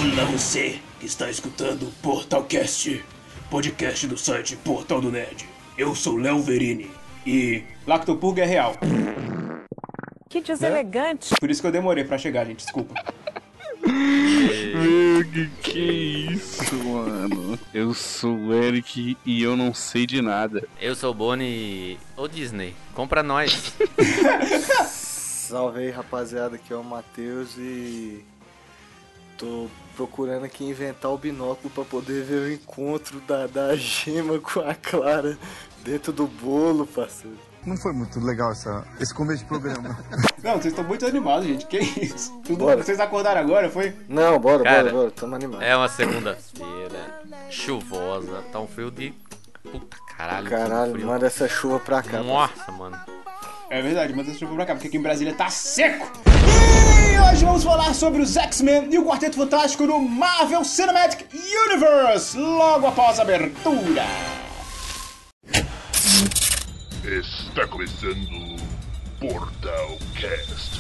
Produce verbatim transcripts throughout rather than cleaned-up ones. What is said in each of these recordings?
Olá você que está escutando o Portalcast, podcast do site Portal do Nerd. Eu sou Léo Verini e Lactopurga é real. Que deselegante. Né? Por isso que eu demorei pra chegar, gente, desculpa. Meu, que que é isso, mano? Eu sou o Eric e eu não sei de nada. Eu sou o Boni. Ô Disney, compra nós. Salve aí, rapaziada, aqui é o Matheus e tô procurando aqui inventar o binóculo pra poder ver o encontro da, da Gema com a Clara dentro do bolo, parceiro. Não foi muito legal essa, esse começo de programa. Não, vocês estão muito animados, gente. Que isso? Tudo, Bora. Vocês acordaram agora, foi? Não, bora, Cara, bora, bora, tamo animados. É uma segunda-feira, chuvosa, tá um frio de... Puta caralho, que Caralho, frio. manda essa chuva pra cá. Nossa, mano. É verdade, mas deixa eu vir pra cá, porque aqui em Brasília tá seco. E hoje vamos falar sobre os X-Men e o Quarteto Fantástico no Marvel Cinematic Universe, logo após a abertura. Está começando o Portal Cast.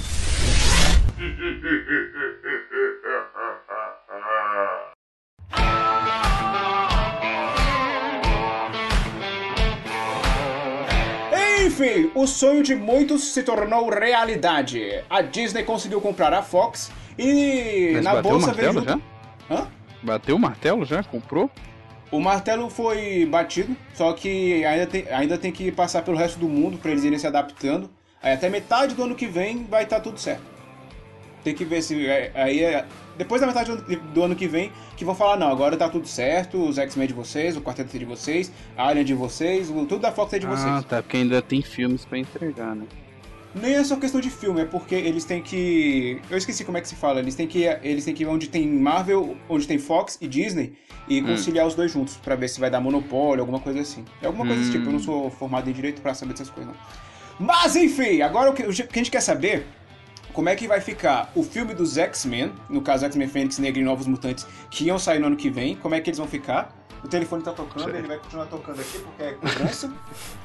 Enfim, o sonho de muitos se tornou realidade. A Disney conseguiu comprar a Fox e Mas na bateu bolsa o martelo veio junto... já? Hã? Bateu o martelo já? Comprou? O martelo foi batido, só que ainda tem, ainda tem que passar pelo resto do mundo pra eles irem se adaptando. Aí até metade do ano que vem vai estar tudo certo. Tem que ver se... Aí é, depois da metade do, do ano que vem, que vão falar, não, agora tá tudo certo, os X-Men de vocês, o Quarteto é de vocês, a Alien de vocês, o, tudo da Fox é de vocês. Ah, tá, porque ainda tem filmes pra entregar, né? Nem é só questão de filme, é porque eles têm que... Eu esqueci como é que se fala. Eles têm que, eles têm que ir onde tem Marvel, onde tem Fox e Disney e Hum. conciliar os dois juntos, pra ver se vai dar monopólio, alguma coisa assim. É alguma coisa Hum. desse tipo, eu não sou formado em direito pra saber dessas coisas, não. Mas, enfim, agora o que, o que a gente quer saber... Como é que vai ficar o filme dos X-Men, no caso X-Men Fênix Negra e Novos Mutantes, que iam sair no ano que vem, como é que eles vão ficar? O telefone tá tocando, Sei. ele vai continuar tocando aqui porque é cobrança.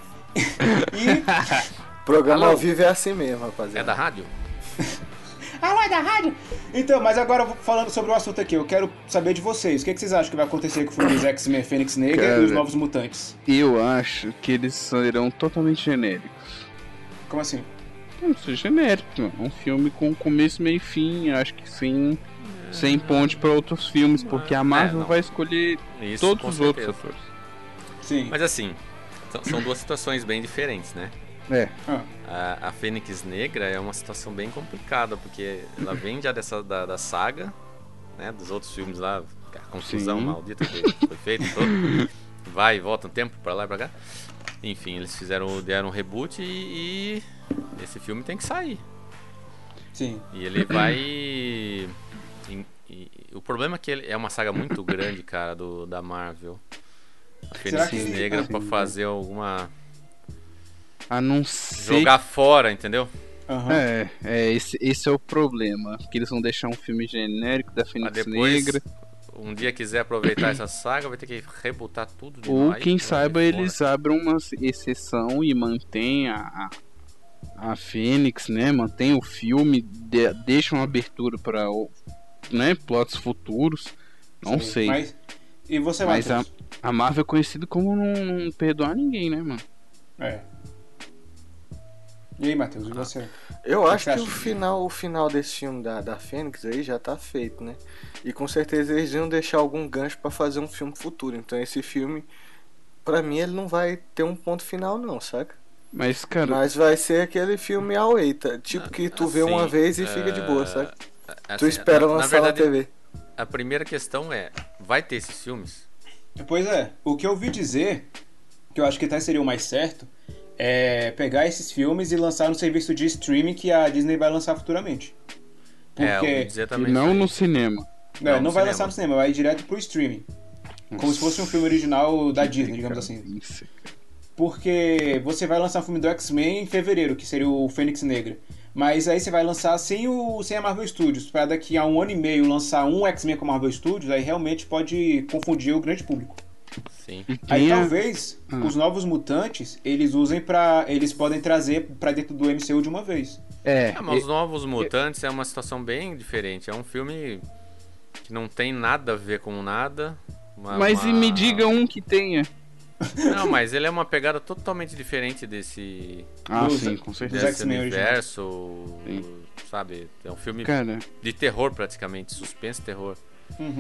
E... Programa Alô? ao vivo é assim mesmo, É rapaziada. da rádio? Alô, é da rádio? Então, mas agora falando sobre o assunto aqui, eu quero saber de vocês. O que, que vocês acham que vai acontecer com o filme dos X-Men Fênix Negra Cara. e os Novos Mutantes? Eu acho que eles serão totalmente genéricos. Como assim? Não sei, genérico, mano. Um filme com começo, meio e fim, acho que sim. Sem ponte pra outros filmes, porque a Marvel É, não. vai escolher Isso, todos com os outros certeza. atores. Sim. Mas assim, são- são duas situações bem diferentes, né? É, Ah, A, a Fênix Negra é uma situação bem complicada, porque ela vem já dessa, da, da saga, né? Dos outros filmes lá, a confusão Sim. maldita que foi feita todo. Vai e volta um tempo pra lá e pra cá. Enfim, eles fizeram, deram um reboot e, e esse filme tem que sair. sim. E ele vai. e- e- o problema é que ele é uma saga muito grande, cara, do, da Marvel. A Será Fênix que- Negra Sim, pra sim. fazer alguma. a não ser... Jogar fora, entendeu? Aham. É, é esse, esse é o problema. Que eles vão deixar um filme genérico da Mas Fênix depois, Negra. um dia quiser aproveitar essa saga, vai ter que rebutar tudo de Ou novo. Aí quem vai saiba fora. eles abram uma exceção e mantém a, a, a Fênix, né? Mantém o filme, de, deixam abertura para né, plots futuros. Não Sim. sei. Mas, e você, Mas a, Matheus? a Marvel é conhecida como não, não perdoar ninguém, né, mano? É. E aí, Matheus, e você? Eu que acho você que o acha? final, o final desse filme da, da Fênix aí já tá feito, né? E com certeza eles iam deixar algum gancho pra fazer um filme futuro. Então esse filme, pra mim, ele não vai ter um ponto final não, saca? Mas, cara, Mas vai ser aquele filme away, tá? Tipo que tu vê Assim, uma vez e fica de boa, saca? assim, Tu espera na- na lançar na verdade, T V. A primeira questão é: vai ter esses filmes? Pois é, o que eu ouvi dizer, que eu acho que até seria o mais certo, é pegar esses filmes e lançar no serviço de streaming que a Disney vai lançar futuramente. É, eu ouvi Porque dizer e também. não isso aí. no cinema. não, não, não no vai cinema. lançar no cinema, vai direto pro streaming. Como se fosse um filme original da Disney, digamos assim. Isso, cara. Porque você vai lançar um filme do X-Men em fevereiro, que seria o Fênix Negra. Mas aí você vai lançar sem, o, sem a Marvel Studios. Pra daqui a um ano e meio lançar um X-Men com a Marvel Studios, aí realmente pode confundir o grande público. Sim. E Aí tem a- talvez Ah. os Novos Mutantes, eles usem pra... Eles podem trazer pra dentro do M C U de uma vez. É, Ah, mas os Novos Mutantes é uma situação bem diferente. É um filme que não tem nada a ver com nada. Uma, Mas uma... e me diga um que tenha. Não, mas ele é uma pegada totalmente diferente desse, Ah, Dos- sim, com dos certeza. desse X-Men universo, Sim. sabe? É um filme Cara, de terror praticamente, suspense e terror. Uhum.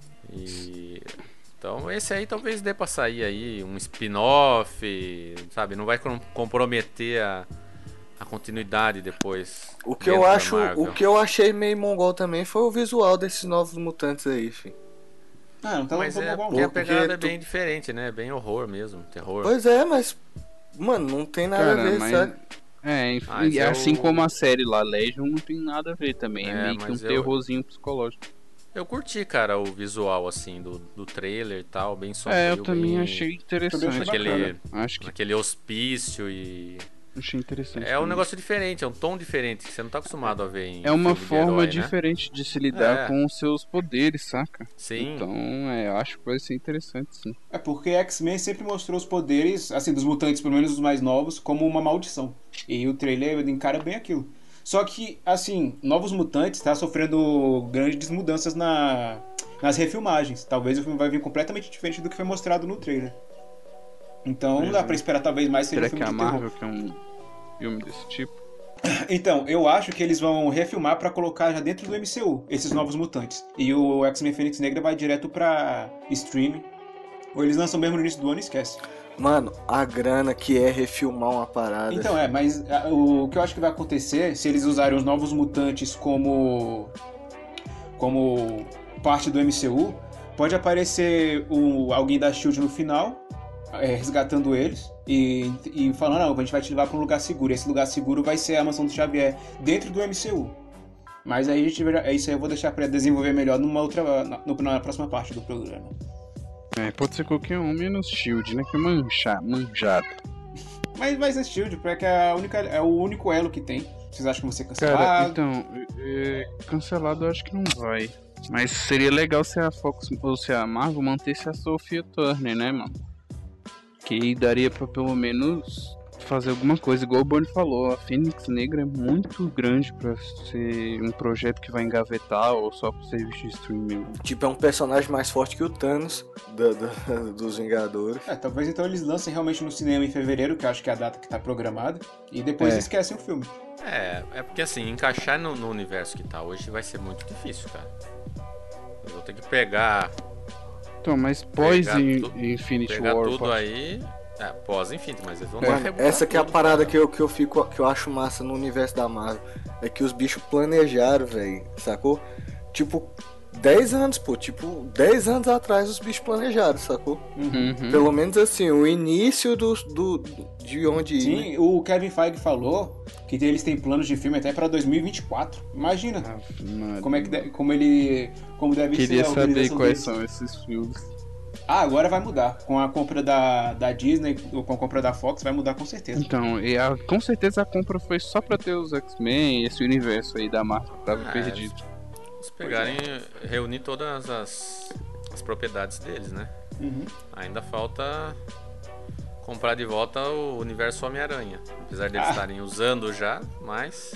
E então esse aí talvez dê pra sair aí um spin-off, sabe? Não vai com- comprometer a, a continuidade depois. O que dentro eu da acho, Marvel. o que eu achei meio mongol também foi o visual desses novos mutantes aí, fi. Ah, não tá Mas não é tá bom, porque a não. porque pegada é tu- bem diferente, né? Bem horror mesmo, terror. Pois é, mas mano, não tem nada cara, a ver, mas. sabe? É, enfim, Ah, esse é assim o- como a série lá, Legion, não tem nada a ver também. É, É, meio que um mas eu- terrorzinho psicológico. Eu curti, cara, o visual assim do, do trailer e tal, bem sombrio. É, eu também bem... achei interessante. Também achei Aquele, bacana. Acho que aquele hospício e. achei interessante. É um também. negócio diferente, é um tom diferente que você não tá acostumado a ver em. É uma filme de forma herói, né? diferente de se lidar É. com os seus poderes, saca? Sim. Então, é, eu acho que vai ser interessante, sim. É porque X-Men sempre mostrou os poderes, assim, dos mutantes, pelo menos os mais novos, como uma maldição. E o trailer encara bem aquilo. Só que, assim, Novos Mutantes tá sofrendo grandes mudanças na, nas refilmagens. Talvez o filme vai vir completamente diferente do que foi mostrado no trailer. Então não dá pra esperar talvez mais seja um Será filme que a de terror. Marvel quer um filme desse tipo? Então, eu acho que eles vão refilmar pra colocar já dentro do M C U, esses Novos Mutantes. E o X-Men Fênix Negra vai direto pra streaming. Ou eles lançam mesmo no início do ano e esquece. Mano, a grana que é refilmar uma parada. Então, é, mas a- o que eu acho que vai acontecer, se eles usarem os Novos Mutantes como como parte do M C U, pode aparecer o, alguém da SHIELD no final, é, resgatando eles e, e falando, não, a gente vai te levar pra um lugar seguro. Esse lugar seguro vai ser a Mansão do Xavier dentro do M C U. Mas aí a gente vai- é isso aí eu vou deixar pra desenvolver melhor numa outra, na, no- na próxima parte do programa. É, pode ser qualquer um, menos Shield, né? Que é mancha, manjado. Mas vai ser SHIELD, porque é, a única, é o único elo que tem. Vocês acham que vão ser Cara, cancelados? então, é, é, cancelado eu acho que não vai. Mas seria legal se a Fox ou se a Marvel mantesse a Sophia Turner, né, mano? Que aí daria pra pelo menos fazer alguma coisa, igual o Bonnie falou. A Fênix Negra é muito grande pra ser um projeto que vai engavetar ou só pro serviço de streaming. Tipo, é um personagem mais forte que o Thanos da- da- dos Vingadores. É, talvez então eles lancem realmente no cinema em fevereiro, que eu acho que é a data que tá programada, e depois É. esquecem o filme. É, é porque assim, encaixar no, no universo que tá hoje vai ser muito difícil, cara. Eu vou ter que pegar, Então, mas pós Pegar in- tu- Infinity pegar War. tudo pode- aí. É, pós-infinito, mas eles vão ter que Mano, rebutar essa que é a tudo, parada cara. que eu, que eu fico, que eu acho massa no universo da Marvel. É que os bichos planejaram, velho, sacou? Tipo, dez anos, pô, tipo, dez anos atrás os bichos planejaram, sacou? Uhum. Pelo menos assim, o início do, do, de onde ir, né? Sim, o Kevin Feige falou que eles têm planos de filme até pra dois mil e vinte e quatro. Imagina Ave Maria. como é que de- como ele como deve Queria ser a saber organização quais deles. são esses filmes. Ah, agora vai mudar. Com a compra da, da Disney, ou com a compra da Fox, vai mudar com certeza. Então, e a- com certeza a compra foi só pra ter os X-Men, esse universo aí da Marvel que tava Ah, perdido. Se pegarem, reunir todas as, as propriedades deles, né? Uhum. Ainda falta comprar de volta o universo Homem-Aranha. Apesar deles Ah. estarem usando já, mas.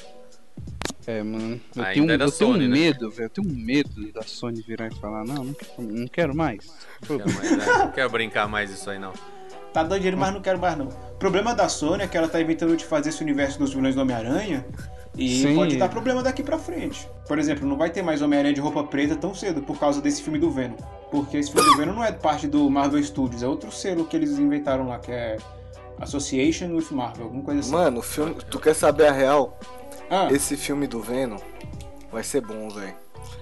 É, mano. Eu Ainda tenho, é da eu tenho Sony, um né? medo, velho. Eu tenho um medo da Sony virar e falar, não, não, quero- não quero mais. Não quero, mais, né? Não quero brincar mais isso aí, não. Tá dando dinheiro, mas não quero mais não. O problema da Sony é que ela tá inventando de fazer esse universo dos vilões do Homem-Aranha e Sim. pode dar problema daqui pra frente. Por exemplo, não vai ter mais Homem-Aranha de roupa preta tão cedo por causa desse filme do Venom. Porque esse filme do Venom não é parte do Marvel Studios, é outro selo que eles inventaram lá, que é Association with Marvel, alguma coisa assim. Mano, o filme, tu quer saber a real? Ah, Esse filme do Venom vai ser bom, velho.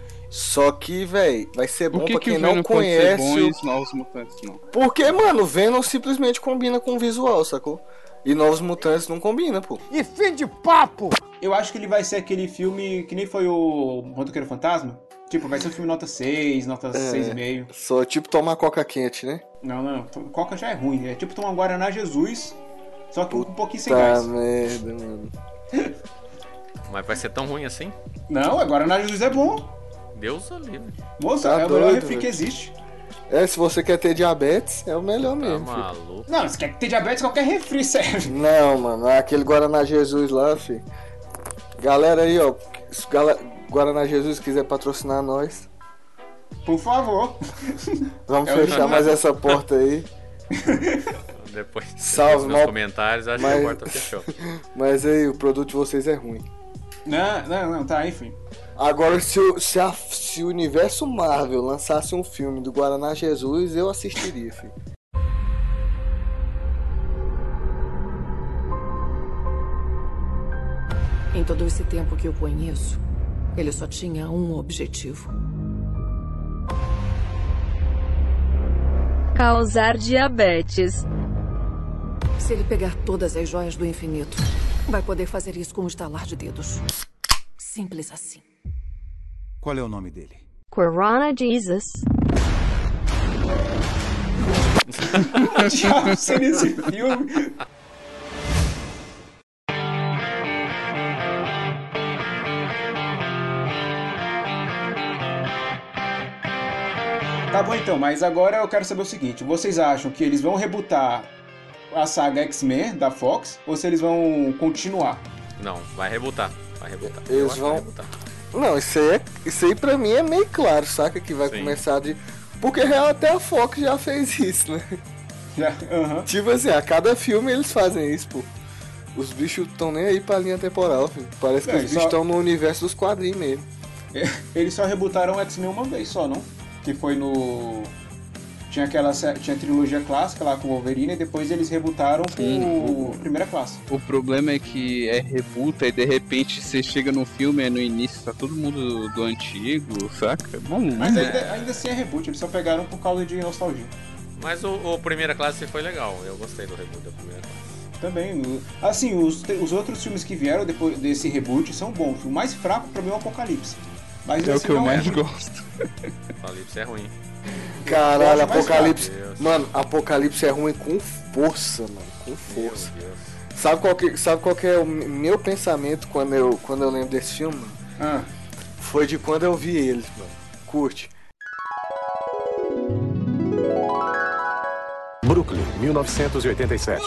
Só que, velho, vai ser bom Por que, pra que quem o não Venom pode ser conhece bom e o... os Novos Mutantes não? Porque, mano, o Venom simplesmente combina com o visual, sacou? E Novos Mutantes não combina, pô. E fim de papo! eu acho que ele vai ser aquele filme que nem foi o Motoqueiro Fantasma. Tipo, vai ser um filme nota seis, nota seis vírgula cinco. Só tipo tomar coca quente, né? Não, não, Coca já é ruim. É tipo tomar um Guaraná Jesus, só que um pouquinho sem Tá gás. merda, mano. Mas vai ser tão ruim assim? Não, a Guaraná Jesus é bom. Deus o livre. Moça, Tá é o melhor doido, refri velho. que existe. É, se você quer ter diabetes, é o melhor Tá mesmo. filho. maluco. Não, se quer ter diabetes, qualquer refri serve. Não, mano, aquele Guaraná Jesus lá, fi. Galera aí, ó, se Gala- Guaraná Jesus quiser patrocinar nós, Por favor. Vamos É o fechar Renan. mais essa porta aí. Depois, depois Salve, dos meus mal- comentários, acho mas- que a porta fechou. Mas aí, o produto de vocês é ruim. Não, não, não, tá, enfim. Agora, se o, se, a- se o universo Marvel lançasse um filme do Guaraná Jesus, eu assistiria, filho. Em todo esse tempo que eu conheço, ele só tinha um objetivo. Causar diabetes. Se ele pegar todas as joias do infinito, vai poder fazer isso com um estalar de dedos. Simples assim. Qual é o nome dele? Corona Jesus. Diabo, seria esse filme? Tá bom então, mas agora eu quero saber o seguinte: vocês acham que eles vão rebootar a saga X-Men da Fox ou se eles vão continuar? Não, vai rebutar. Vai rebutar. Eu Eles acho que vão- vai rebutar. Não, isso aí, é, isso aí pra mim é meio claro, saca? Que vai Sim. começar de... Porque real até a Fox já fez isso, né? Já, aham. Tipo assim, a cada filme eles fazem isso, pô. Os bichos estão nem aí pra linha temporal, filho. Parece que Não, os eles bichos só- estão no universo dos quadrinhos mesmo. Eles só rebootaram o X-Men uma vez só, não? Que foi no... Tinha aquela sé- tinha a trilogia clássica lá com o Wolverine e depois eles rebootaram Sim. com a primeira classe. O problema é que é rebuta e de repente você chega no filme e no início tá todo mundo do antigo, saca? Bom, Mas né? ainda, ainda assim é reboot, eles só pegaram por causa de nostalgia. Mas o, o primeira classe foi legal. Eu gostei do reboot da primeira classe. Também. no- Assim, os, os outros filmes que vieram depois desse reboot são bons. O mais fraco pra mim é o Apocalipse. Mas É o esse que eu não mais é. gosto. Apocalipse é ruim. Caralho, Eu acho mais Apocalipse... fraco, Deus. Mano, Apocalipse é ruim com força, mano. Com força. Meu Deus. Sabe qual que, sabe qual que é o mi- meu pensamento quando eu, quando eu lembro desse filme? Mano? Ah, Foi de quando eu vi eles, mano. Curte. Brooklyn, mil novecentos e oitenta e sete.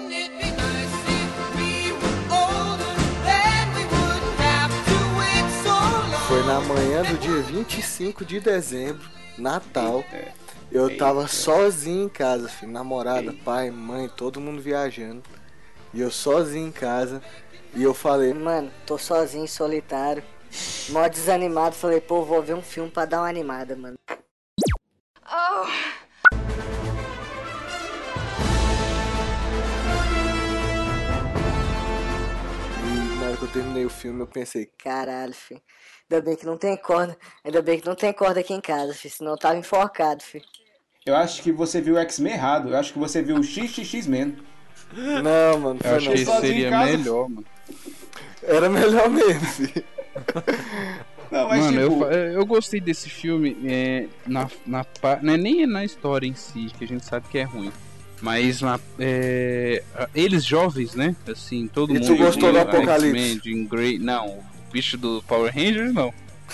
Foi na manhã do dia vinte e cinco de dezembro, Natal. Eu tava sozinho em casa, filho. Namorada, pai, mãe, todo mundo viajando. E eu sozinho em casa. E eu falei, Mano, tô sozinho, solitário. Mó desanimado, falei, pô, vou ver um filme pra dar uma animada, mano. e na hora que eu terminei o filme, eu pensei, Caralho, filho. Ainda bem que não tem corda. Ainda bem que não tem corda aqui em casa, filho. Senão eu tava enforcado, filho. eu acho que você viu o X-Men errado. Eu acho que você viu o X X X-Men. não, mano, Eu foi acho não. que Sozinho em seria casa. melhor, mano. Era melhor mesmo, filho. Não, mas Mano, tipo... eu, eu gostei desse filme é, na, na, pa- não é nem na história em si, que a gente sabe que é ruim. Mas na, é, eles jovens, né? Assim, todo E mundo. tu gostou do a Apocalipse? X-Men, Jean Grey. Não, o bicho do Power Rangers, não.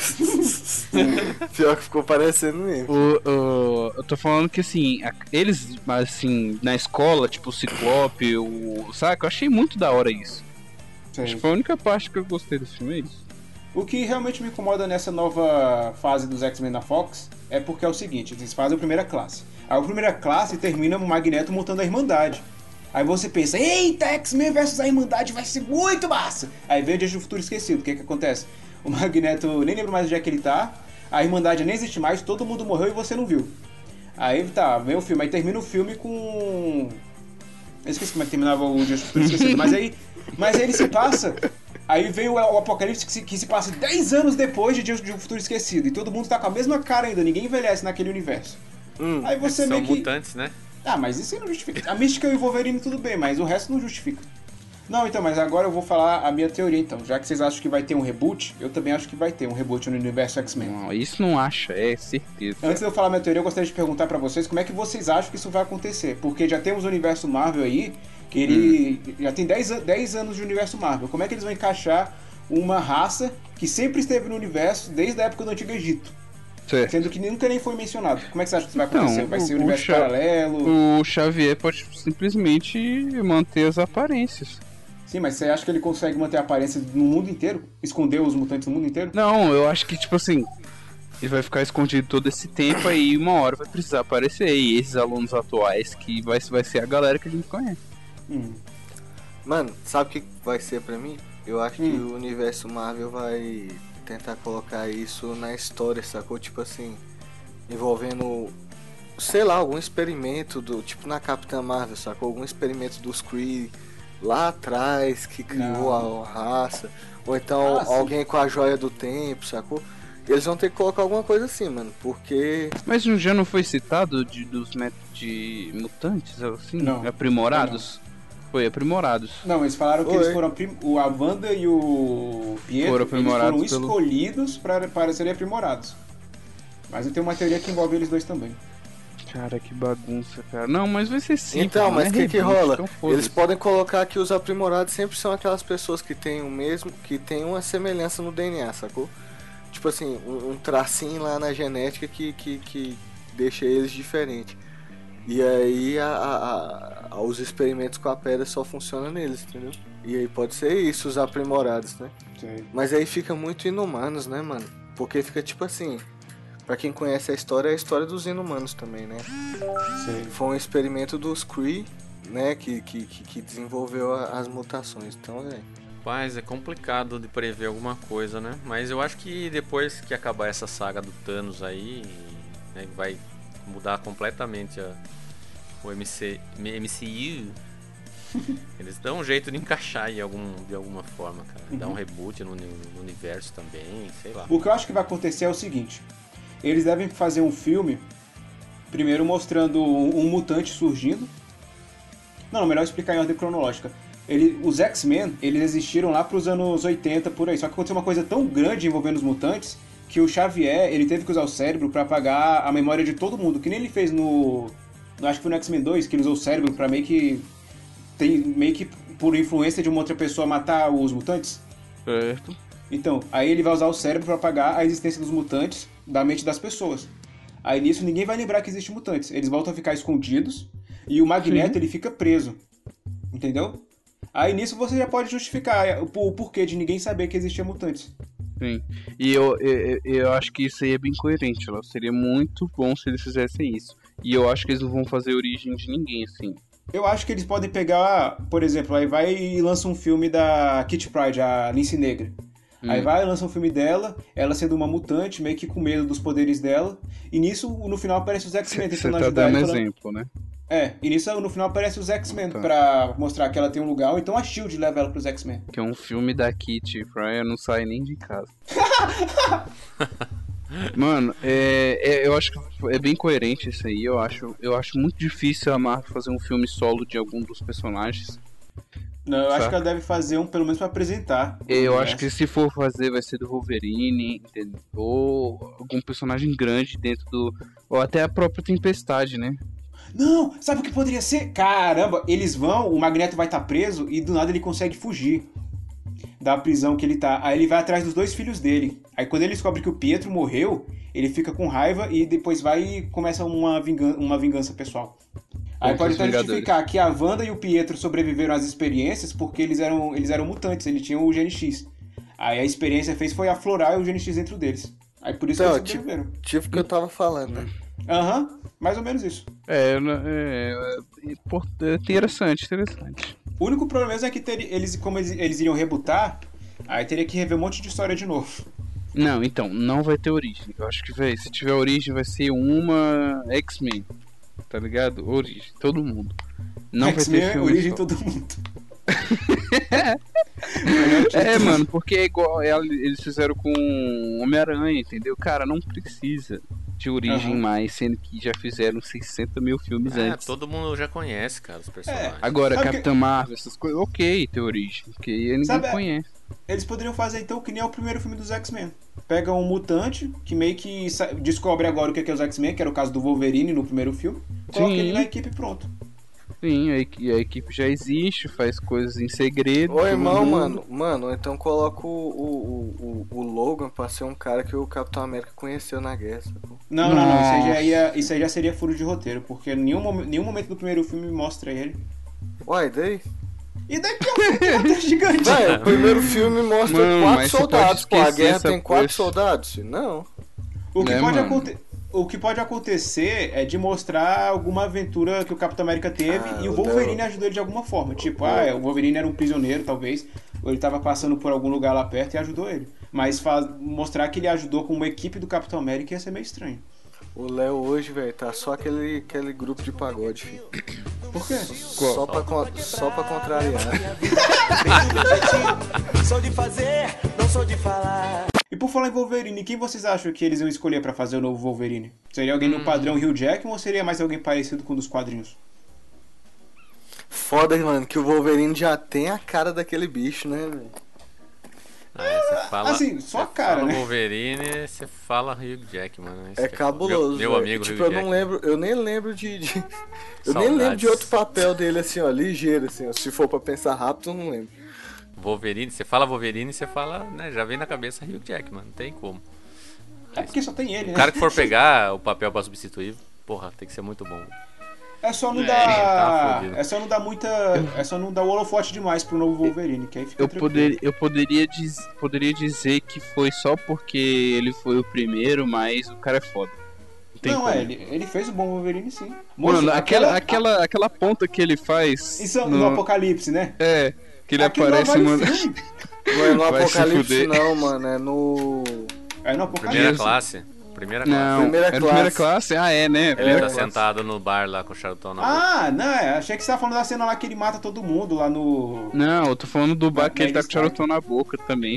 Pior que ficou parecendo mesmo. O, o- eu tô falando que assim, a- eles, assim, na escola, tipo o Ciclope, o. Saca? Eu achei muito da hora isso. Acho que foi a única parte que eu gostei do filme, é isso. O que realmente me incomoda nessa nova fase dos X-Men na Fox é porque é o seguinte, eles fazem a primeira classe. Aí a primeira classe termina o Magneto montando a Irmandade. Aí você pensa, eita, X-Men versus a Irmandade vai ser muito massa! Aí vem o Dia do Futuro Esquecido, o que que acontece? O Magneto nem lembra mais onde é que ele tá, a Irmandade nem existe mais, todo mundo morreu e você não viu. Aí tá, vem o filme, aí termina o filme com... Eu esqueci como é que terminava o Dia do Futuro Esquecido, mas aí, mas aí ele se passa... Aí vem o, o Apocalipse que se, que se passa dez anos depois de Dia de um Futuro Esquecido. E todo mundo tá com a mesma cara ainda, ninguém envelhece naquele universo. Hum. Aí você São meio que... mutantes, né? Ah, mas isso aí não justifica. A Mística e o Wolverine tudo bem, mas o resto não justifica. Não, então, mas agora eu vou falar a minha teoria então. Já que vocês acham que vai ter um reboot, eu também acho que vai ter um reboot no universo X-Men. Não, isso não acha, é certeza. Antes de eu falar minha teoria, eu gostaria de perguntar pra vocês como é que vocês acham que isso vai acontecer. Porque já temos o universo Marvel aí, que ele Hum. já tem dez, an- dez anos de universo Marvel. Como é que eles vão encaixar uma raça que sempre esteve no universo desde a época do Antigo Egito? Certo. Sendo que nunca nem foi mencionado. Como é que você acha que isso vai Então, acontecer? Vai ser o- um universo o Cha- paralelo? O Xavier pode simplesmente manter as aparências. Sim, mas você acha que ele consegue manter a aparência no mundo inteiro? Esconder os mutantes no mundo inteiro? Não, eu acho que, tipo assim, Ele vai ficar escondido todo esse tempo aí, uma hora vai precisar aparecer. E esses alunos atuais que vai, vai ser a galera que a gente conhece. Hum. Mano, sabe o que vai ser pra mim? Eu acho Hum. que o universo Marvel vai tentar colocar isso na história, sacou? Tipo assim, envolvendo, sei lá, algum experimento do, tipo na Capitã Marvel, sacou? Algum experimento dos Kree lá atrás que criou Não. a raça, ou então Ah, sim. alguém com a joia do tempo, sacou? Eles vão ter que colocar alguma coisa assim, mano, porque Mas um já não foi citado de, dos métodos de mutantes, assim? Não. Aprimorados? Foi aprimorados. Não, eles falaram que Oi. eles foram aprim... o a Wanda e o Pietro Foram eles foram aprimorados pelo- escolhidos para, para serem aprimorados. Mas eu tenho uma teoria que envolve eles dois também. Cara, que bagunça, cara. Não, mas vai ser simples. então, não mas é o que que reboot, rola? então foda-se. Eles podem colocar que os aprimorados sempre são aquelas pessoas que têm o mesmo, que têm uma semelhança no D N A, sacou? Tipo assim, um, um tracinho lá na genética que, que, que deixa eles diferentes. E aí a, a- a- os experimentos com a pedra só funcionam neles, entendeu? E aí pode ser isso, os aprimorados, né? Sei. Mas aí fica muito inumanos, né, mano? Porque fica tipo assim, pra quem conhece a história, é a história dos inumanos também, né? Sei. Foi um experimento dos Kree, né, que, que, que que desenvolveu a- as mutações. Então, velho. Rapaz, é complicado de prever alguma coisa, né? Mas eu acho que depois que acabar essa saga do Thanos aí, né, vai mudar completamente a, o M C, M C U. Eles dão um jeito de encaixar aí algum, de alguma forma, cara. Dar um reboot no, no universo também, sei lá. O que eu acho que vai acontecer é o seguinte: eles devem fazer um filme, primeiro mostrando um, um mutante surgindo. Não, melhor explicar em ordem cronológica. Ele, os X-Men, eles existiram lá pros anos oitenta, por aí. Só que aconteceu uma coisa tão grande envolvendo os mutantes que o Xavier, ele teve que usar o cérebro pra apagar a memória de todo mundo. Que nem ele fez no... no acho que foi no X-Men dois, que ele usou o cérebro pra meio que... Tem, meio que por influência de uma outra pessoa matar os mutantes. Certo. Então, aí ele vai usar o cérebro pra apagar a existência dos mutantes da mente das pessoas. Aí nisso ninguém vai lembrar que existem mutantes. Eles voltam a ficar escondidos e o Magneto, Sim. ele fica preso. Entendeu? Aí nisso você já pode justificar o, o porquê de ninguém saber que existia mutantes. Sim. E eu, eu, eu acho que isso aí é bem coerente, ó. Seria muito bom se eles fizessem isso. E eu acho que eles não vão fazer origem de ninguém, assim. Eu acho que eles podem pegar, por exemplo, aí vai e lança um filme da Kitty Pryde, a Lince Negra. Hum. Aí vai e lança um filme dela, ela sendo uma mutante, meio que com medo dos poderes dela. E nisso, no final, aparece os X-Men Você tentando tá ajudar dando ela. falando- exemplo, né? É, e nisso, no final, aparece os X-Men Tá. pra mostrar que ela tem um lugar, ou então a Shield leva ela pros X-Men. Que é um filme da Kitty Pryde, não sai nem de casa. Mano, é, é- eu acho que é bem coerente isso aí. Eu acho, eu acho muito difícil a Marvel fazer um filme solo de algum dos personagens. Não, eu acho Saca. que ela deve fazer um, pelo menos pra apresentar. o Eu universo. acho que se for fazer vai ser do Wolverine, entendeu? Ou algum personagem grande dentro do... Ou até a própria Tempestade, né? Não, sabe o que poderia ser? Caramba, eles vão, o Magneto vai estar preso e do nada ele consegue fugir da prisão que ele tá. Aí ele vai atrás dos dois filhos dele. Aí quando ele descobre que o Pietro morreu, ele fica com raiva e depois vai e começa uma vingança, uma vingança pessoal. Aí Contra pode os até Vingadores. justificar que a Wanda e o Pietro sobreviveram às experiências porque eles eram, eles eram mutantes, eles tinham o Gene X. Aí a experiência fez foi aflorar o Gene X dentro deles. Aí por isso Então, que eles sobreviveram. Tipo que eu tava falando, né? Aham, mais ou menos isso. É, é, é, import- é interessante, interessante. O único problema é que teria, eles, como eles, eles iriam rebutar, aí teria que rever um monte de história de novo. Não, então, não vai ter origem. Eu acho que vai, se tiver origem vai ser uma X-Men. Tá ligado? Origem, todo mundo. Não vai X-Men, ter filme origem só. todo mundo. É, mano, porque é igual é, eles fizeram com Homem-Aranha, entendeu? Cara, não precisa de origem Aham. mais, sendo que já fizeram sessenta mil filmes É, antes. todo mundo já conhece, cara, os personagens. Agora, Sabe Capitã Marvel, essas coisas, ok, ter origem, porque ninguém Sabe, conhece. Eles poderiam fazer então que nem é o primeiro filme dos X-Men. Pega um mutante que meio que sa- descobre agora o que é, que é os X-Men, que era o caso do Wolverine no primeiro filme. Coloca Sim. ele na equipe e pronto. Sim, a, equi- a equipe já existe, faz coisas em segredo. Ô todo irmão, mundo- mano, mano, então coloca o, o, o, o Logan pra ser um cara que o Capitão América conheceu na guerra, sacou? Não, não, não. Isso aí, já Nossa. ia, isso aí já seria furo de roteiro, porque em nenhum, momen- nenhum momento do primeiro filme mostra ele. Uai, daí? E daqui é um roteiro gigante. Vai, o primeiro filme mostra Mano, quatro mas você soldados, pode pô. A esquecer guerra essa tem quatro coisa. soldados? Não. O que, É, pode mano. aconte- o que pode acontecer é de mostrar alguma aventura que o Capitão América teve Ah, e o o Wolverine Léo- ajudou ele de alguma forma. Tipo, ah, o Wolverine era um prisioneiro, talvez, ou ele tava passando por algum lugar lá perto e ajudou ele. Mas faz- mostrar que ele ajudou com uma equipe do Capitão América ia ser meio estranho. O Léo hoje, velho, tá só aquele, aquele grupo de pagode, filho. Por quê? Só pra, con- só pra contrariar. Sou de fazer, não sou de falar. E por falar em Wolverine, quem vocês acham que eles iam escolher pra fazer o novo Wolverine? Seria alguém no padrão Hugh Jackman ou seria mais alguém parecido com um dos quadrinhos? Foda, mano, que o Wolverine já tem a cara daquele bicho, né, velho? Ah, é, você fala, assim, só a você cara, fala né? Wolverine, você fala Hugh Jackman, né? Isso É que cabuloso, Meu, meu velho. amigo Tipo, Hugh eu não Jackman. lembro, eu nem lembro de... de- eu nem lembro de Saudades. outro papel dele, assim, ó, ligeiro, assim, ó. Se for pra pensar rápido, eu não lembro. Wolverine, você fala Wolverine, você fala, né? Já vem na cabeça Hugh Jackman, não tem como. É porque só tem ele, né? O cara que for pegar o papel pra substituir, porra, tem que ser muito bom. É só não É, tá dar. fodido. É só não dar muita. É só não dar o holofote demais pro novo Wolverine, que aí fica Eu, tranquilo. poder, eu poderia, diz, poderia dizer que foi só porque ele foi o primeiro, mas o cara é foda. Não, tem Não, como. é, ele, ele fez o bom Wolverine sim. Mano, Moço, aquela, aquela, aquela ponta que ele faz. Isso no... no Apocalipse, né? É, que ele Aquilo aparece não vale mano. o filme. Não é no Vai se Apocalipse, fuder. não, mano, é no... É no Primeira Apocalipse. classe. Primeira classe. Não, Primeira é classe. primeira classe? Ah, é, né? Ele Primeira tá classe. sentado no bar lá com o charutão na boca. Ah, não, é, achei que você tava falando da cena lá que ele mata todo mundo lá no. Não, eu tô falando do bar Na- que ele na tá com o charutão na boca também.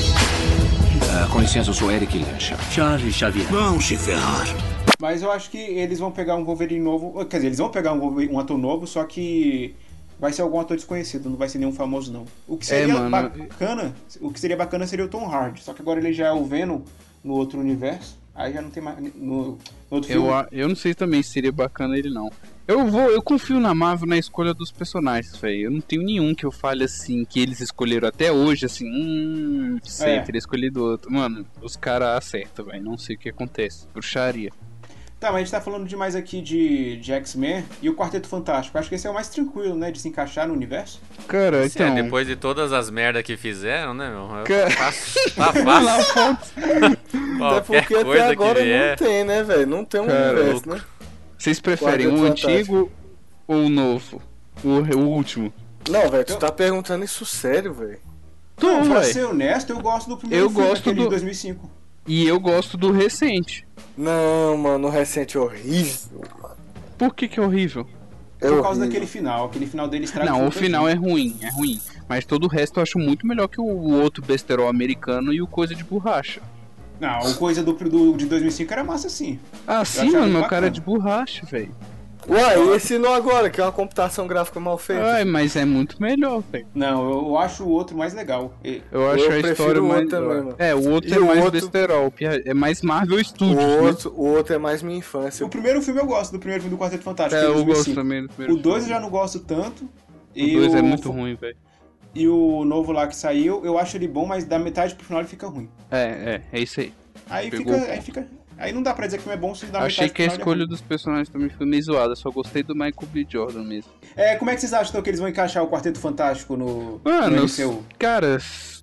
Ah, com licença, eu sou Eric Lancha. Charles Xavier. Vão se ferrar. Mas eu acho que eles vão pegar um Wolverine novo. Quer dizer, eles vão pegar um, Wolverine- um ator novo, só que vai ser algum ator desconhecido, não vai ser nenhum famoso, não. O que seria É, mano. bacana. O que seria bacana seria o Tom Hardy. Só que agora ele já é o Venom no outro universo. Aí já não tem mais. No, no outro filme. Eu, a- eu não sei também se seria bacana ele não. Eu vou, eu confio na Marvel na escolha dos personagens, velho. Eu não tenho nenhum que eu fale assim, que eles escolheram até hoje, assim, hum, sei, É. teria escolhido outro. Mano, os caras acertam, velho. Não sei o que acontece. Bruxaria. Tá, mas a gente tá falando demais aqui de, de X-Men e o Quarteto Fantástico. Acho que esse é o mais tranquilo, né? De se encaixar no universo. Cara, Sim, é, então. depois de todas as merdas que fizeram, né, meu? Eu Cara- faço, tá Lá, fácil. Até Qualquer porque coisa até agora que vier. não tem, né, velho? Não tem um Cara, universo, né? Vocês preferem Quarteto o Fantástico. antigo ou o novo? O, o último? Não, velho, tu tá perguntando isso sério, velho. Não, pra véi. ser honesto, eu gosto do primeiro Eu filme, gosto aquele do- de dois mil e cinco. E eu gosto do recente. Não, mano, o recente é horrível, mano. Por que que é horrível? É Por causa horrível. daquele final. Aquele final dele estraga Não, o filme final todinho. é ruim, é ruim. Mas todo o resto eu acho muito melhor que o outro besterol americano e o coisa de borracha. Não, o coisa do, do, de dois mil e cinco era massa sim. Ah, Eu sim, achava mano, meu bacana. cara é de borracha, velho. Ué, e esse não agora, que é uma computação gráfica mal feita. Ai, mas é muito melhor, velho. Não, eu, eu acho o outro mais legal. E- Eu acho Eu a prefiro história o mais. outro também, mano. É, o outro E é o mais outro- besterol, é mais Marvel O Studios, né? outro, o outro é mais minha infância. O primeiro filme eu gosto, do primeiro filme do Quarteto Fantástico. É, que é eu dois mil e gosto cinco. também do primeiro O dois eu filme. já não gosto tanto. O E dois é o muito fo- ruim, velho. E o novo lá que saiu, eu acho ele bom, mas da metade pro final ele fica ruim. É, é, é isso aí. Aí Pegou fica, o aí ponto. fica. Aí não dá pra dizer que o filme é bom se dá Achei metade que a pro final ele é escolha ruim. dos personagens também foi meio zoada, só gostei do Michael B. Jordan mesmo. É, como é que vocês acham então, que eles vão encaixar o Quarteto Fantástico no, Mano, no os- M C U? cara,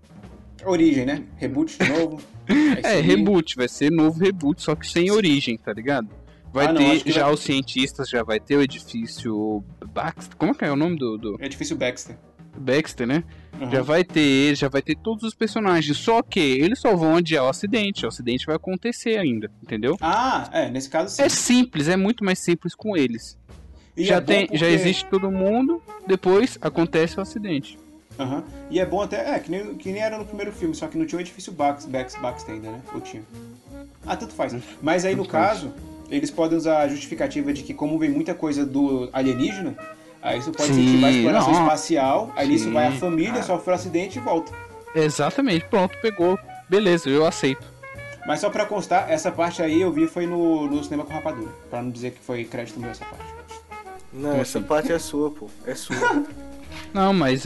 Origem, né? Reboot de novo. é, seguir. reboot, vai ser novo reboot, só que sem origem, tá ligado? Vai Ah, não, ter acho que já vai- os cientistas, já vai ter o edifício Baxter. Como é que é o nome do, do... É difícil Baxter. Baxter, né? Uhum. Já vai ter ele, já vai ter todos os personagens. Só que eles só vão adiar o acidente. O acidente vai acontecer ainda, entendeu? Ah, é, nesse caso sim. É simples, é muito mais simples com eles. E já é bom tem, porque- já existe todo mundo, depois acontece o acidente. Aham. E é bom até. É, que nem, que nem era no primeiro filme, só que não tinha o edifício Bax, Bax, Baxter ainda, né? Ou tinha. Ah, tanto faz. Mas aí no Tanto faz. caso, eles podem usar a justificativa de que, como vem muita coisa do alienígena, aí isso pode Sim, incentivar a exploração não. espacial, aí nisso Sim. vai a família, Ah. sofre o acidente e volta. Exatamente, pronto, pegou. Beleza, eu aceito. Mas só pra constar, essa parte aí eu vi foi no, no cinema com rapadura. Pra não dizer que foi crédito meu essa parte. Não, Como essa assim? parte é sua, pô. É sua. Não, mas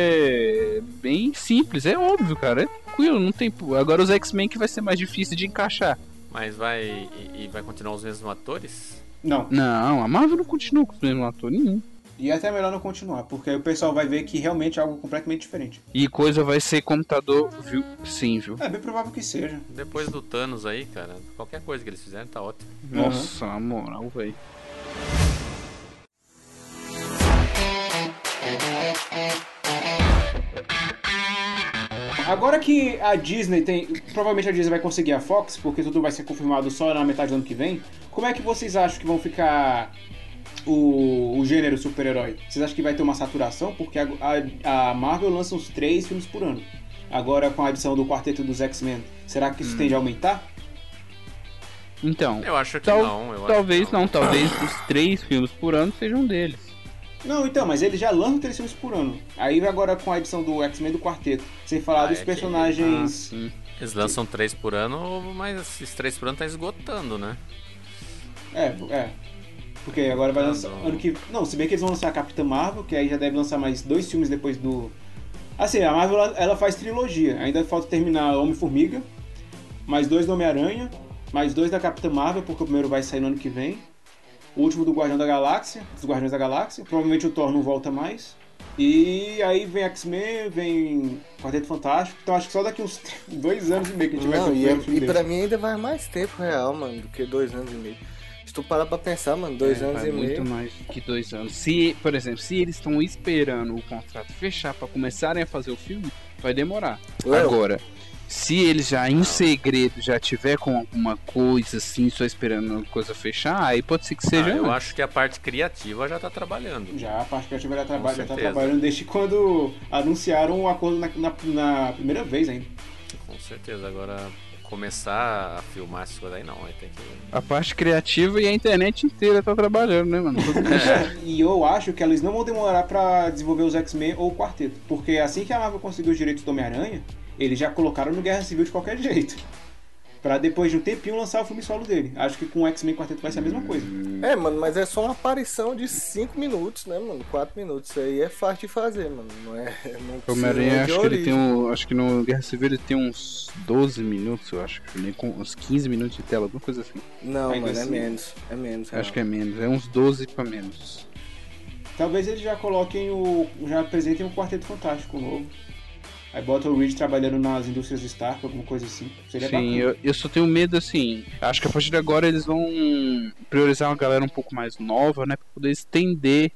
é bem simples, é óbvio, cara. É tranquilo, não tem. Agora os X-Men que vai ser mais difícil de encaixar. Mas vai. E, e vai continuar os mesmos atores? Não. Não, a Marvel não continua com o mesmo ator nenhum. E é até melhor não continuar, porque aí o pessoal vai ver que realmente é algo completamente diferente. E coisa vai ser computador, viu? Sim, viu? É bem provável que seja. Depois do Thanos aí, cara, qualquer coisa que eles fizerem tá ótimo. Nossa, a moral, velho. Agora que a Disney tem... Provavelmente a Disney vai conseguir a Fox, porque tudo vai ser confirmado só na metade do ano que vem. Como é que vocês acham que vão ficar o, o gênero super-herói? Vocês acham que vai ter uma saturação? Porque a, a, a Marvel lança uns três filmes por ano. Agora com a adição do quarteto dos X-Men, será que isso hum. tende a aumentar? Então, eu acho que tal, não. Eu talvez acho que não. não, talvez os três filmes por ano sejam um deles. Não, então, mas eles já lançam três filmes por ano. Aí agora com a edição do X-Men do quarteto, sem falar ah, dos é personagens... Que... Ah, eles lançam três por ano, mas esses três por ano tá esgotando, né? É, é. Porque agora vai lançar ano que... Não, se bem que eles vão lançar a Capitã Marvel, que aí já deve lançar mais dois filmes depois do... Assim, a Marvel, ela faz trilogia. Ainda falta terminar Homem-Formiga, mais dois do Homem-Aranha, mais dois da Capitã Marvel, porque o primeiro vai sair no ano que vem. O último do Guardião da Galáxia, dos Guardiões da Galáxia. Provavelmente o Thor não volta mais. E aí vem X-Men, vem Quarteto Fantástico. Então acho que só daqui uns dois anos e meio que a gente não, vai ter e, um filme e pra desse. mim ainda vai mais tempo real, mano, do que dois anos e meio. Se tu parar pra pensar, mano, dois é, anos vai e muito meio. mais que dois anos. Se, por exemplo, se eles estão esperando o contrato fechar pra começarem a fazer o filme, vai demorar. Ué, Agora, se eles já em segredo já tiver com alguma coisa assim, só esperando a coisa fechar, aí pode ser que seja. Ah, eu antes. acho que a parte criativa já tá trabalhando. Já, a parte criativa já, traba já tá trabalhando desde quando anunciaram o acordo na, na, na primeira vez ainda. Com certeza, agora começar a filmar essas coisas aí não, aí tem que... A parte criativa e a internet inteira tá trabalhando, né, mano? É. E eu acho que eles não vão demorar pra desenvolver os X-Men ou o Quarteto, porque assim que a Marvel conseguiu os direitos do Homem-Aranha, eles já colocaram no Guerra Civil de qualquer jeito. Pra depois de um tempinho lançar o filme solo dele. Acho que com o X-Men Quarteto vai ser a mesma coisa. É, mano, mas é só uma aparição de cinco minutos, né, mano? quatro minutos. Isso aí é fácil de fazer, mano. Não é. O Homem-Aranha, acho que ele tem um. Acho que no Guerra Civil ele tem uns doze minutos, eu acho. Nem com uns quinze minutos de tela, alguma coisa assim. Não, Ainda mano, assim, é menos. É menos. Acho que é menos. É uns doze pra menos. Talvez eles já coloquem o. Já apresentem um Quarteto Fantástico novo. Aí bota o Reed trabalhando nas indústrias Stark, alguma coisa assim. Seria Sim, eu, eu só tenho medo, assim. Acho que a partir de agora eles vão priorizar uma galera um pouco mais nova, né? Pra poder estender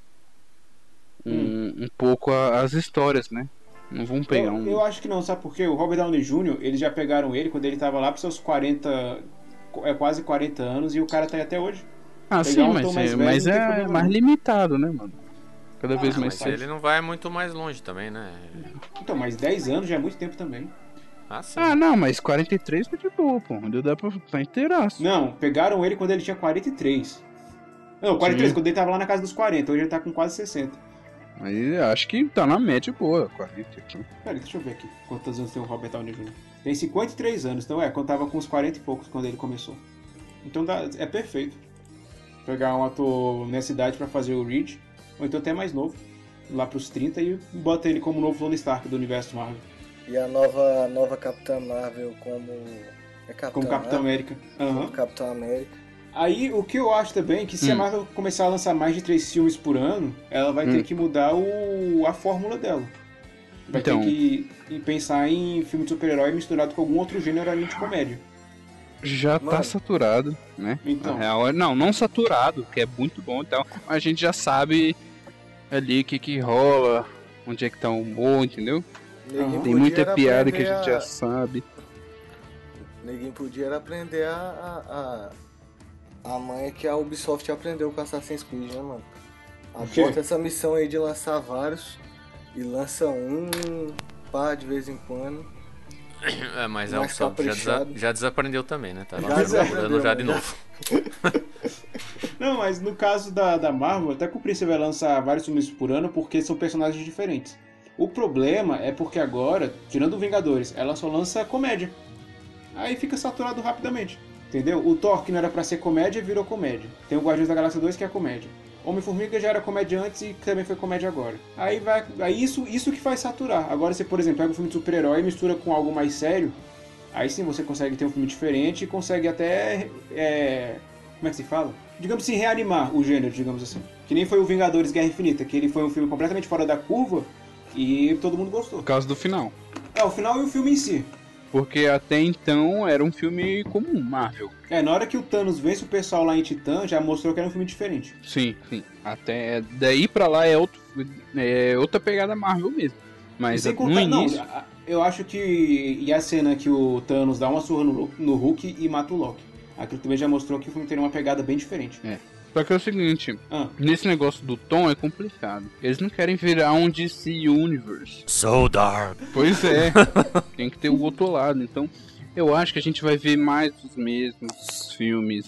um, hum. um pouco a, as histórias, né? Não vão pegar eu, um. Eu acho que não, sabe por quê? O Robert Downey Júnior, eles já pegaram ele quando ele tava lá pros seus quarenta. É quase quarenta anos e o cara tá aí até hoje. Ah, pegar sim, um mas, mais é, velho, mas é mais não. limitado, né, mano? Cada ah, vez mais mas tarde. ele não vai muito mais longe também, né? Então, mas dez anos já é muito tempo também. Ah, sim. Ah, não, mas quarenta e três tá de boa, pô. Ainda dá pra, pra inteiraço. Não, pegaram ele quando ele tinha quarenta e três. Não, quarenta e três, sim. Quando ele tava lá na casa dos quarenta. Hoje ele tá com quase sessenta. Aí acho que tá na média boa, quarenta. Peraí, deixa eu ver aqui quantos anos tem o Robert Downey Júnior Tem cinquenta e três anos, então é, quando tava com uns quarenta e poucos quando ele começou. Então dá, é perfeito. Pegar um ator nessa idade pra fazer o Reed, ou então até mais novo, lá pros trinta, e bota ele como novo Tony Stark do universo Marvel. E a nova, nova Capitã Marvel como... É Capitã, como Capitão né? América. Uhum. Como Capitão América. Aí, o que eu acho também é que se hum. a Marvel começar a lançar mais de três filmes por ano, ela vai hum. ter que mudar o, a fórmula dela. Vai então... ter que pensar em filme de super-herói misturado com algum outro gênero além de comédia. Já Mano. tá saturado, né? Então. Na real, não, não saturado, que é muito bom, então a gente já sabe ali o que que rola, onde é que tá o humor, entendeu? Uhum. Tem muita piada que a gente a... já sabe. Ninguém podia aprender a, a, a, a manha que a Ubisoft aprendeu com Assassin's Creed, né, mano? Aporta essa missão aí de lançar vários e lança um pá de vez em quando. É, mas a Ubisoft já, desa já desaprendeu também, né? Tá lá desaprendeu, já de novo. Não, mas no caso da, da Marvel, até cumprir você vai lançar vários filmes por ano porque são personagens diferentes. O problema é porque agora, tirando o Vingadores, ela só lança comédia. Aí fica saturado rapidamente, entendeu? O Thor, que não era pra ser comédia, virou comédia. Tem o Guardiões da Galáxia dois, que é comédia. Homem-Formiga já era comédia antes e também foi comédia agora. Aí vai, aí isso, isso que faz saturar. Agora você, por exemplo, pega um filme de super-herói e mistura com algo mais sério, aí sim você consegue ter um filme diferente e consegue até, é, como é que se fala? digamos assim, reanimar o gênero, digamos assim. Que nem foi o Vingadores Guerra Infinita, que ele foi um filme completamente fora da curva e todo mundo gostou. Por causa do final. É, o final e o filme em si. Porque até então era um filme comum, Marvel. É, na hora que o Thanos vence o pessoal lá em Titã, já mostrou que era um filme diferente. Sim, sim. Até daí pra lá é, outro, é outra pegada Marvel mesmo. Mas no contar, início... Não, eu acho que... E a cena que o Thanos dá uma surra no, no Hulk e mata o Loki. Aquilo também já mostrou que o filme teria uma pegada bem diferente. É. Só que é o seguinte, ah. nesse negócio do tom é complicado. Eles não querem virar um D C Universe. So dark. Pois é, tem que ter o outro lado. Então, eu acho que a gente vai ver mais os mesmos filmes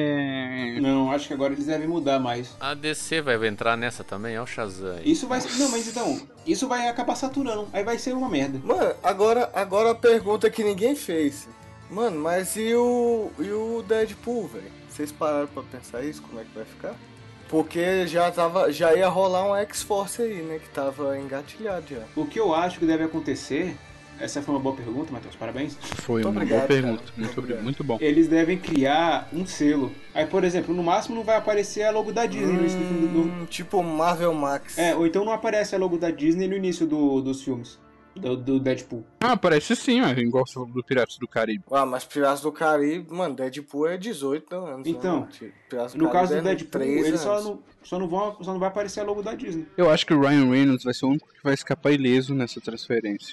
até... Não, acho que agora eles devem mudar mais. A D C vai entrar nessa também, é o Shazam. Isso vai... Não, mas então, isso vai acabar saturando. Aí vai ser uma merda. Mano, agora, agora a pergunta que ninguém fez. Mano, mas e o, e o Deadpool, velho? Vocês pararam pra pensar isso? Como é que vai ficar? Porque já, tava, já ia rolar um X-Force aí, né? Que tava engatilhado já. O que eu acho que deve acontecer... Essa foi uma boa pergunta, Matheus, parabéns. Foi muito uma obrigado, boa pergunta, muito, muito, obrigado. muito bom. Eles devem criar um selo. Aí, por exemplo, no máximo não vai aparecer a logo da Disney hum, no início do filme. Do... Tipo Marvel Max. É, ou então não aparece a logo da Disney no início do, dos filmes. Do, do Deadpool. Ah, aparece sim, mas igual do Piratas do Caribe. Ah, mas Piratas do Caribe, mano, Deadpool é dezoito anos. Então, né? no caso do Deadpool, ele só não, só, não vão, só não vai aparecer a logo da Disney. Eu acho que o Ryan Reynolds vai ser o único que vai escapar ileso nessa transferência.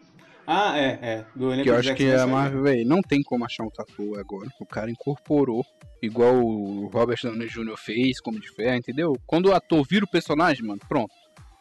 Ah, é, é. Do que eu acho que a Marvel, véio, não tem como achar um tatu agora. O cara incorporou, igual o Robert Downey Júnior fez, como de fé, entendeu? Quando o ator vira o personagem, mano, pronto.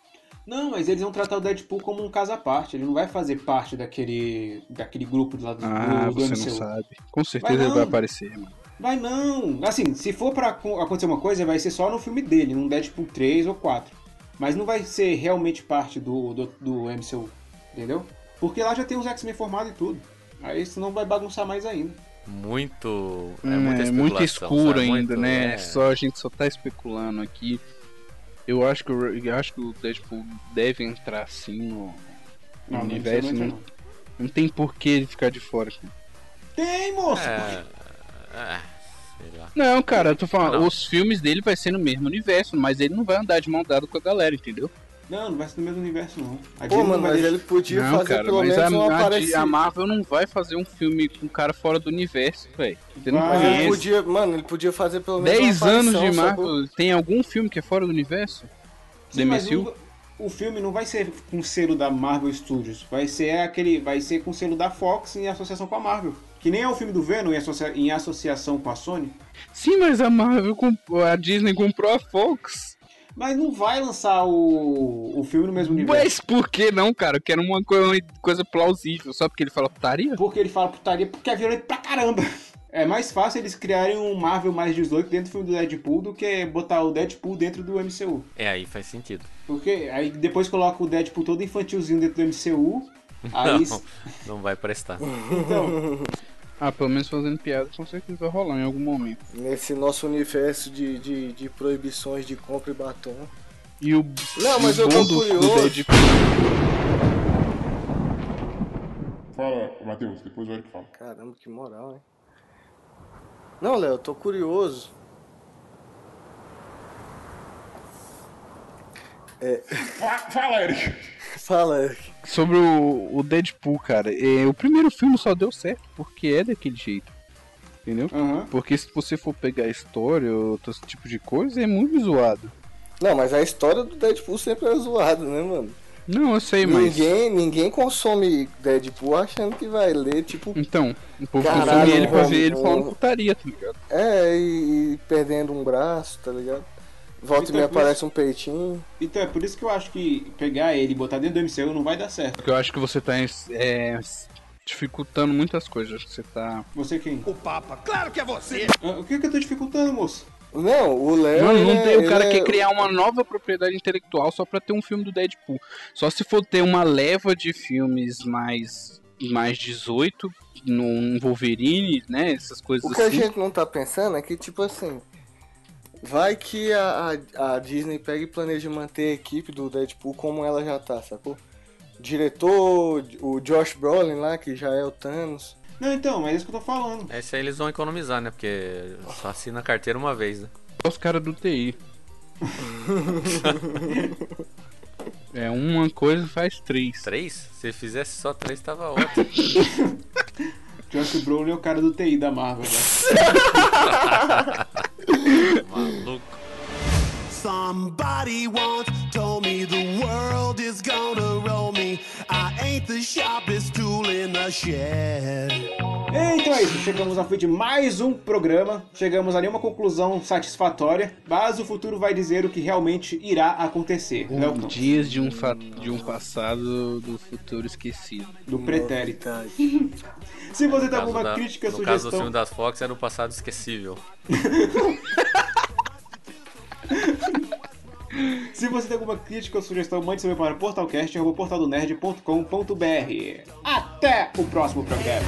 Não, mas eles vão tratar o Deadpool como um caso à parte. Ele não vai fazer parte daquele, daquele grupo do lado ah, do, do você M C U. Não sabe. Com certeza vai ele vai aparecer, mano. Vai não. Assim, se for pra acontecer uma coisa, vai ser só no filme dele, num Deadpool três ou quatro. Mas não vai ser realmente parte do, do, do M C U, entendeu? Porque lá já tem os X-Men formados e tudo. Aí senão vai bagunçar mais ainda. Muito... É, é muito escuro ainda, muito, né? É... Só, a gente só tá especulando aqui. Eu acho que, eu acho que o Deadpool deve entrar sim no, no não, universo. Não, não, não tem por que ele ficar de fora. Cara. Tem, moço! É... é... Sei lá. Não, cara, eu tô falando, não. Os filmes dele vai ser no mesmo universo, mas ele não vai andar de mão dada com a galera, entendeu? Não, não vai ser no mesmo universo, não. A Pô, mano, mas ele podia não, fazer cara, pelo menos a, uma a, parecida. A Marvel não vai fazer um filme com um cara fora do universo, velho. Mas ele podia, mano, ele podia fazer pelo menos dez uma anos de Marvel, por... tem algum filme que é fora do universo? Sim, mas o, o filme não vai ser com selo da Marvel Studios. Vai ser aquele, vai ser com selo da Fox em associação com a Marvel. Que nem é o filme do Venom em, associa, em associação com a Sony. Sim, mas a Marvel, a Disney comprou a Fox. Mas não vai lançar o, o filme no mesmo universo. Mas por que não, cara? Eu quero uma coisa, coisa plausível. Só porque ele fala putaria? Porque ele fala putaria porque é violento pra caramba. É mais fácil eles criarem um Marvel mais dezoito dentro do filme do Deadpool do que botar o Deadpool dentro do M C U. É, aí faz sentido. Porque aí depois coloca o Deadpool todo infantilzinho dentro do M C U. Aí... Não, não vai prestar. Então... Ah, pelo menos fazendo piada, com certeza vai rolar em algum momento. Nesse nosso universo de, de, de proibições de compra e batom. E o Não, mas eu tô curioso. Fala, Matheus, depois o Eric fala. Caramba, que moral, hein? Não, Léo, eu tô curioso. É... Fala, Eric! Fala, Eric. Sobre o, o Deadpool, cara, é, o primeiro filme só deu certo porque é daquele jeito, entendeu? Uhum. Porque se você for pegar a história ou outros tipos de coisa, é muito zoado. Não, mas a história do Deadpool sempre é zoada, né, mano? Não, eu sei, mas... Ninguém, ninguém consome Deadpool achando que vai ler, tipo... Então, o povo consome ele pra ver ele falando putaria, tá ligado? É, e, e perdendo um braço, tá ligado? Volta então e me é aparece isso... um peitinho. Então é por isso que eu acho que pegar ele e botar dentro do M C U não vai dar certo. Porque eu acho que você tá é, dificultando muitas coisas. Você tá... Você quem? O Papa, claro que é você! Ah, o que que eu tô dificultando, moço? Não, o Léo... Não, não tem, é, o cara é... quer criar uma nova propriedade intelectual só pra ter um filme do Deadpool. Só se for ter uma leva de filmes mais, mais dezoito, no Wolverine, né, essas coisas assim. O que assim. a gente não tá pensando é que, tipo assim... Vai que a, a, a Disney pega e planeja manter a equipe do Deadpool como ela já tá, sacou? O diretor, o Josh Brolin lá, que já é o Thanos. Não, então, mas é isso que eu tô falando. Esse aí eles vão economizar, né? Porque só assina a carteira uma vez, né? Os caras do T I. É, uma coisa faz três. Três? Se fizesse só três, tava ótimo. Josh Brolin é o cara do T I da Marvel, né? Maluco. Somebody once told me the world is gonna roll me. I ain't the sharpest tool in the shed. Então é isso, chegamos ao fim de mais um programa. Chegamos a nenhuma conclusão satisfatória, mas o futuro vai dizer o que realmente irá acontecer. Um dias de um, fa- de um passado do futuro esquecido. Do pretérito. Se você tem alguma da, crítica, no sugestão... No caso do filme das Fox, era o passado esquecível. Se você tem alguma crítica ou sugestão, mande seu e-mail para portalcast arroba portal do nerd ponto com ponto b r. Até o próximo programa.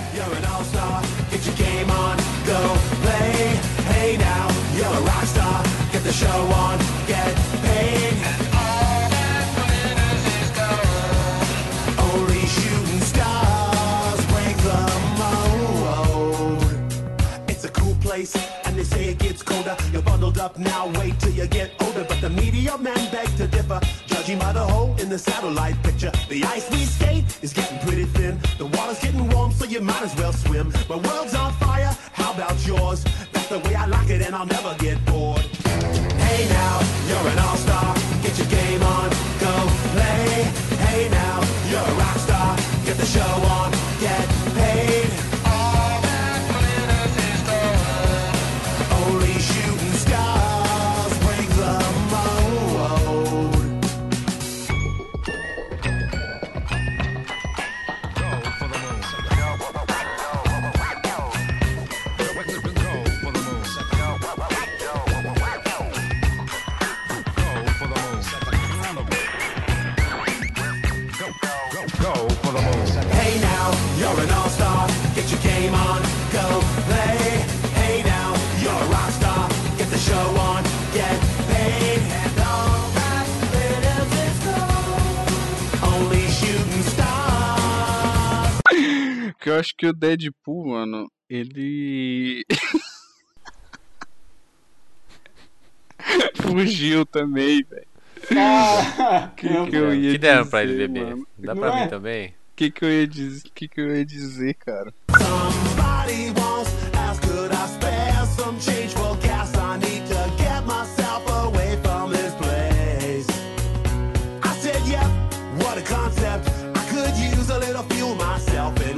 And they say it gets colder. You're bundled up now, wait till you get older. But the media men beg to differ, judging by the hole in the satellite picture. The ice we skate is getting pretty thin. The water's getting warm, so you might as well swim. My world's on fire, how about yours? That's the way I like it, and I'll never get bored. Hey now, you're an all-star. Get your game on, go play. Hey now, you're a rock star. Get the show on, get paid. You're an all-star, get your game on, go play. Hey now, you're a rock star, get the show on, get paid. And all that glitters is gold, only shooting stars. Que eu acho que o Deadpool, mano, ele... fugiu também, velho. Ah, que, que eu ia que deram dizer, pra ele beber? Mano? Dá Não pra é? mim também? O que que eu ia dizer, que que eu ia dizer, cara? Somebody once asked, could I spare some change for gas? I need to get myself away from this place. I said, yep, what a concept. I could use a little fuel myself. And